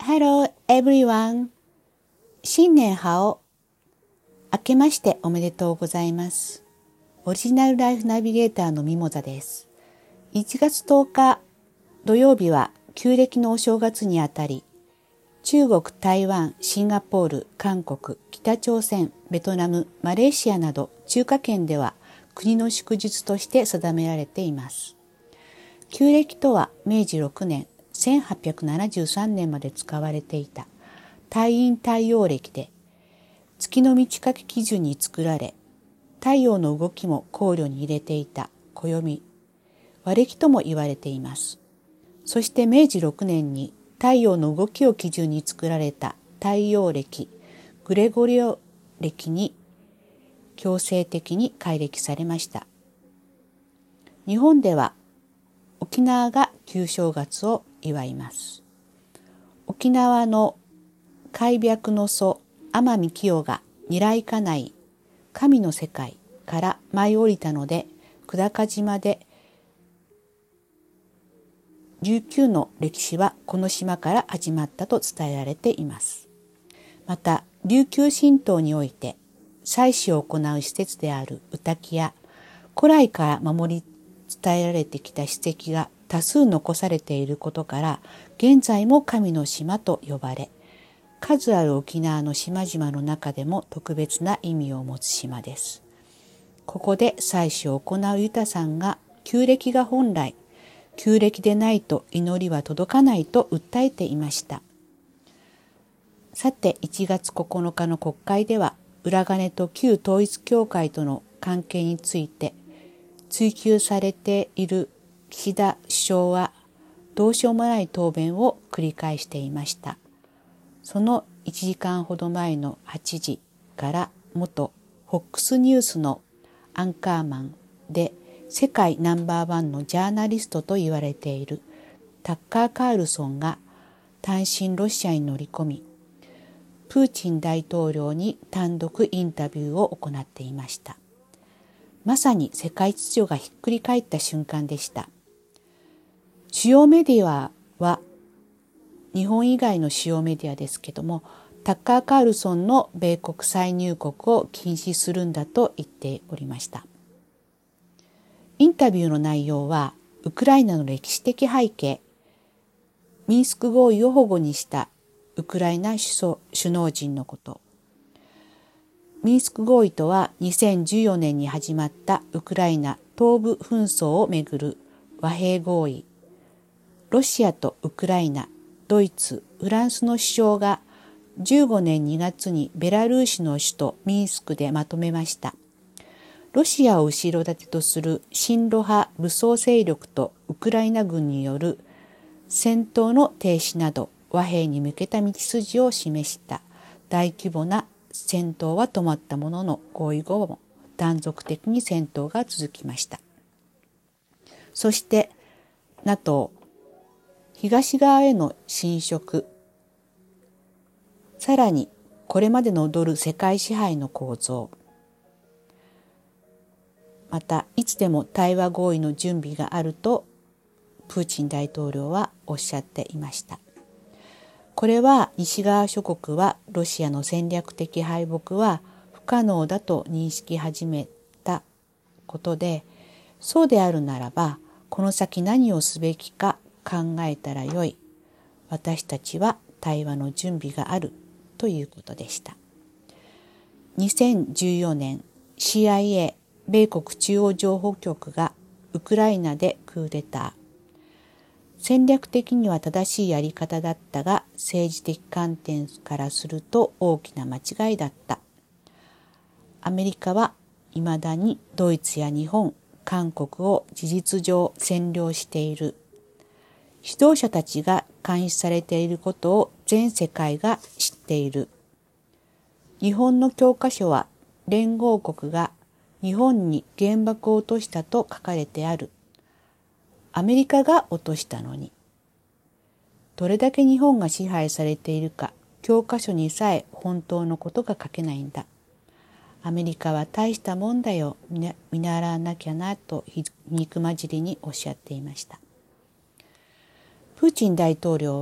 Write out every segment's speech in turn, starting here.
Hello everyone! 新年好！明けましておめでとうございます。オリジナルライフナビゲーターのミモザです。1月10日土曜日は旧暦のお正月にあたり、中国、台湾、シンガポール、韓国、北朝鮮、ベトナム、マレーシアなど中華圏では国の祝日として定められています。旧暦とは明治6年1873年まで使われていた太陰太陽暦で、月の満ち欠け基準に作られ、太陽の動きも考慮に入れていた暦、和暦とも言われています。そして明治6年に太陽の動きを基準に作られた太陽暦、グレゴリオ暦に強制的に改暦されました。日本では沖縄が旧正月を祝います。沖縄の開闢の祖天海清が二来家内、神の世界から舞い降りたので、久高島で琉球の歴史はこの島から始まったと伝えられています。また、琉球神道において祭祀を行う施設である宇滝や、古来から守り伝えられてきた史跡が多数残されていることから、現在も神の島と呼ばれ、数ある沖縄の島々の中でも特別な意味を持つ島です。ここで祭祀を行うユタさんが、旧暦が本来、旧暦でないと祈りは届かないと訴えていました。さて、1月9日の国会では、裏金と旧統一教会との関係について追及されている岸田首相は、どうしようもない答弁を繰り返していました。その1時間ほど前の8時から元 FOX ニュースのアンカーマンで世界ナンバーワンのジャーナリストと言われているタッカー・カールソンが単身ロシアに乗り込み、プーチン大統領に単独インタビューを行っていました。まさに世界秩序がひっくり返った瞬間でした。主要メディアは日本以外の主要メディアですけども、タッカー・カールソンの米国再入国を禁止するんだと言っておりました。インタビューの内容は、ウクライナの歴史的背景、ミンスク合意を保護にしたウクライナ首脳陣のこと。ミンスク合意とは2014年に始まったウクライナ東部紛争をめぐる和平合意。ロシアとウクライナ、ドイツ、フランスの首相が15年2月にベラルーシの首都ミンスクでまとめました。ロシアを後ろ盾とする親ロ派武装勢力とウクライナ軍による戦闘の停止など和平に向けた道筋を示した大規模な戦闘は止まったものの、合意後も断続的に戦闘が続きました。そして NATO、東側への侵食、さらにこれまでの踊る世界支配の構造、またいつでも対話合意の準備があるとプーチン大統領はおっしゃっていました。これは西側諸国はロシアの戦略的敗北は不可能だと認識始めたことで、そうであるならばこの先何をすべきか考えたらよい。私たちは対話の準備があるということでした。2014年 CIA 米国中央情報局がウクライナでクーデター。戦略的には正しいやり方だったが、政治的観点からすると大きな間違いだった。アメリカは未だにドイツや日本、韓国を事実上占領している。指導者たちが監視されていることを全世界が知っている。日本の教科書は連合国が日本に原爆を落としたと書かれてある。アメリカが落としたのに。どれだけ日本が支配されているか、教科書にさえ本当のことが書けないんだ。アメリカは大したもんだよ、見習わなきゃなと皮肉交じりにおっしゃっていました。プーチン大統領は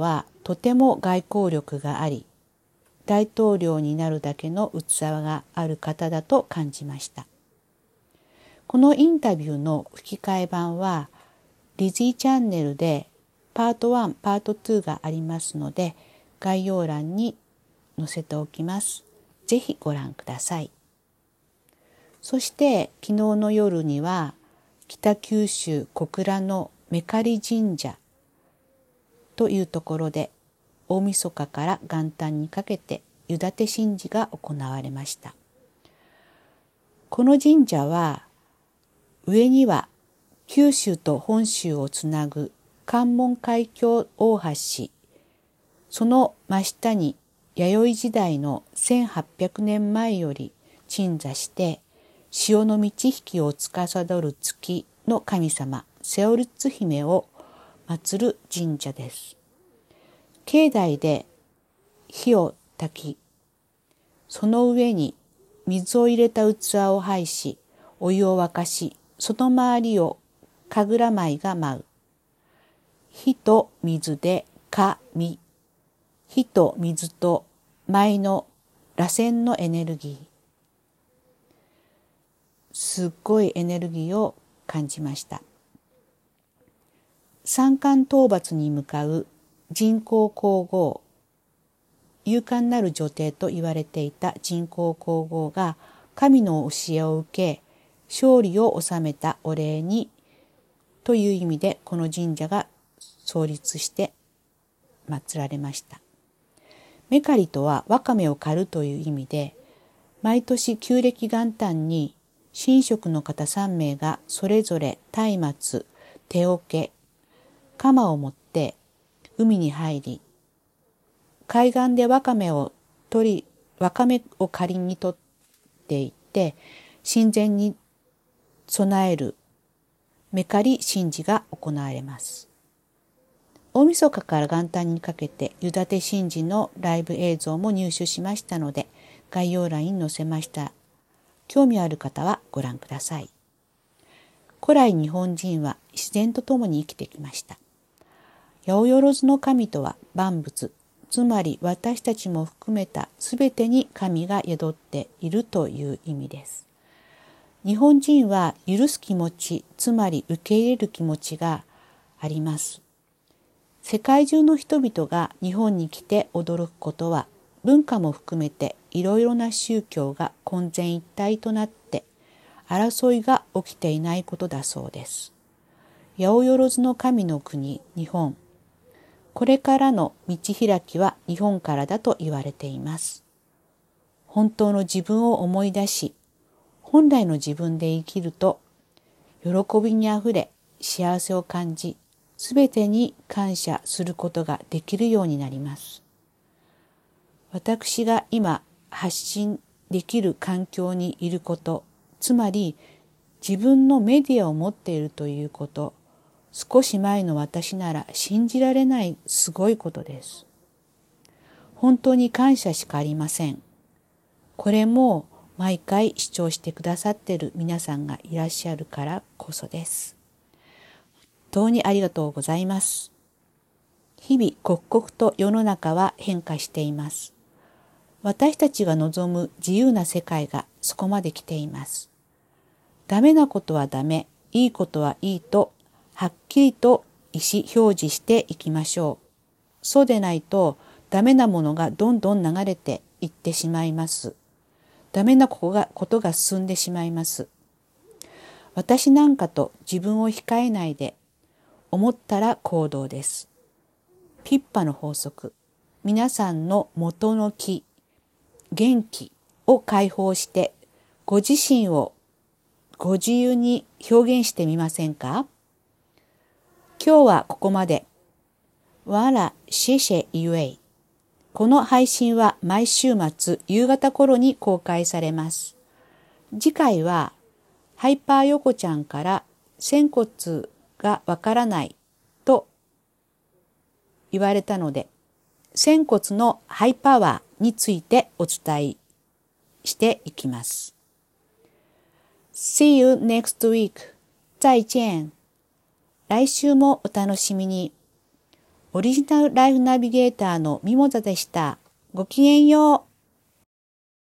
とても外交力があり、大統領になるだけの器がある方だと感じました。このインタビューの吹き替え版は、リジーチャンネルでパート1、パート2がありますので、概要欄に載せておきます。ぜひご覧ください。そして昨日の夜には、北九州小倉のめかり神社というところで、大晦日から元旦にかけて湯立神事が行われました。この神社は、上には九州と本州をつなぐ関門海峡大橋、その真下に弥生時代の1800年前より鎮座して潮の満ち引きを司る月の神様セオルッツ姫を祀る神社です。境内で火を焚き、その上に水を入れた器を配し、お湯を沸かし、その周りを神楽舞が舞う。火と水で神。火と水と舞の螺旋のエネルギー。すっごいエネルギーを感じました。三冠討伐に向かう人工皇后、勇敢なる女帝と言われていた人工皇后が神の教えを受け、勝利を収めたお礼にという意味でこの神社が創立して祀られました。めかりとはわかめを刈るという意味で、毎年旧暦元旦に神職の方3名がそれぞれ松明、手桶、鎌を持って海に入り、海岸でわかめを刈りに取っていって、神前に備えるめかり神事が行われます。大晦日から元旦にかけて湯立神事のライブ映像も入手しましたので、概要欄に載せました。興味ある方はご覧ください。古来日本人は自然と共に生きてきました。八百万の神とは万物、つまり私たちも含めたすべてに神が宿っているという意味です。日本人は許す気持ち、つまり受け入れる気持ちがあります。世界中の人々が日本に来て驚くことは、文化も含めていろいろな宗教が混然一体となって争いが起きていないことだそうです。八百万の神の国、日本。これからの道開きは日本からだと言われています。本当の自分を思い出し、本来の自分で生きると、喜びにあふれ、幸せを感じ、すべてに感謝することができるようになります。私が今発信できる環境にいること、つまり自分のメディアを持っているということ、少し前の私なら信じられないすごいことです。本当に感謝しかありません。これも毎回視聴してくださっている皆さんがいらっしゃるからこそです。本当にありがとうございます。日々刻々と世の中は変化しています。私たちが望む自由な世界がそこまで来ています。ダメなことはダメ、いいことはいいとはっきりと意思表示していきましょう。そうでないとダメなものがどんどん流れていってしまいます。ダメなことが進んでしまいます。私なんかと自分を控えないで、思ったら行動です。ピッパの法則。皆さんの元の気、元気を解放して、ご自身をご自由に表現してみませんか？今日はここまで。わら、シェシェイウェイ。この配信は毎週末夕方頃に公開されます。次回はハイパーヨコちゃんから仙骨がわからないと言われたので、仙骨のハイパワーについてお伝えしていきます。See you next week. 再见。来週もお楽しみに。 オリジナルライフナビゲーターのミモザでした。ごきげんよう。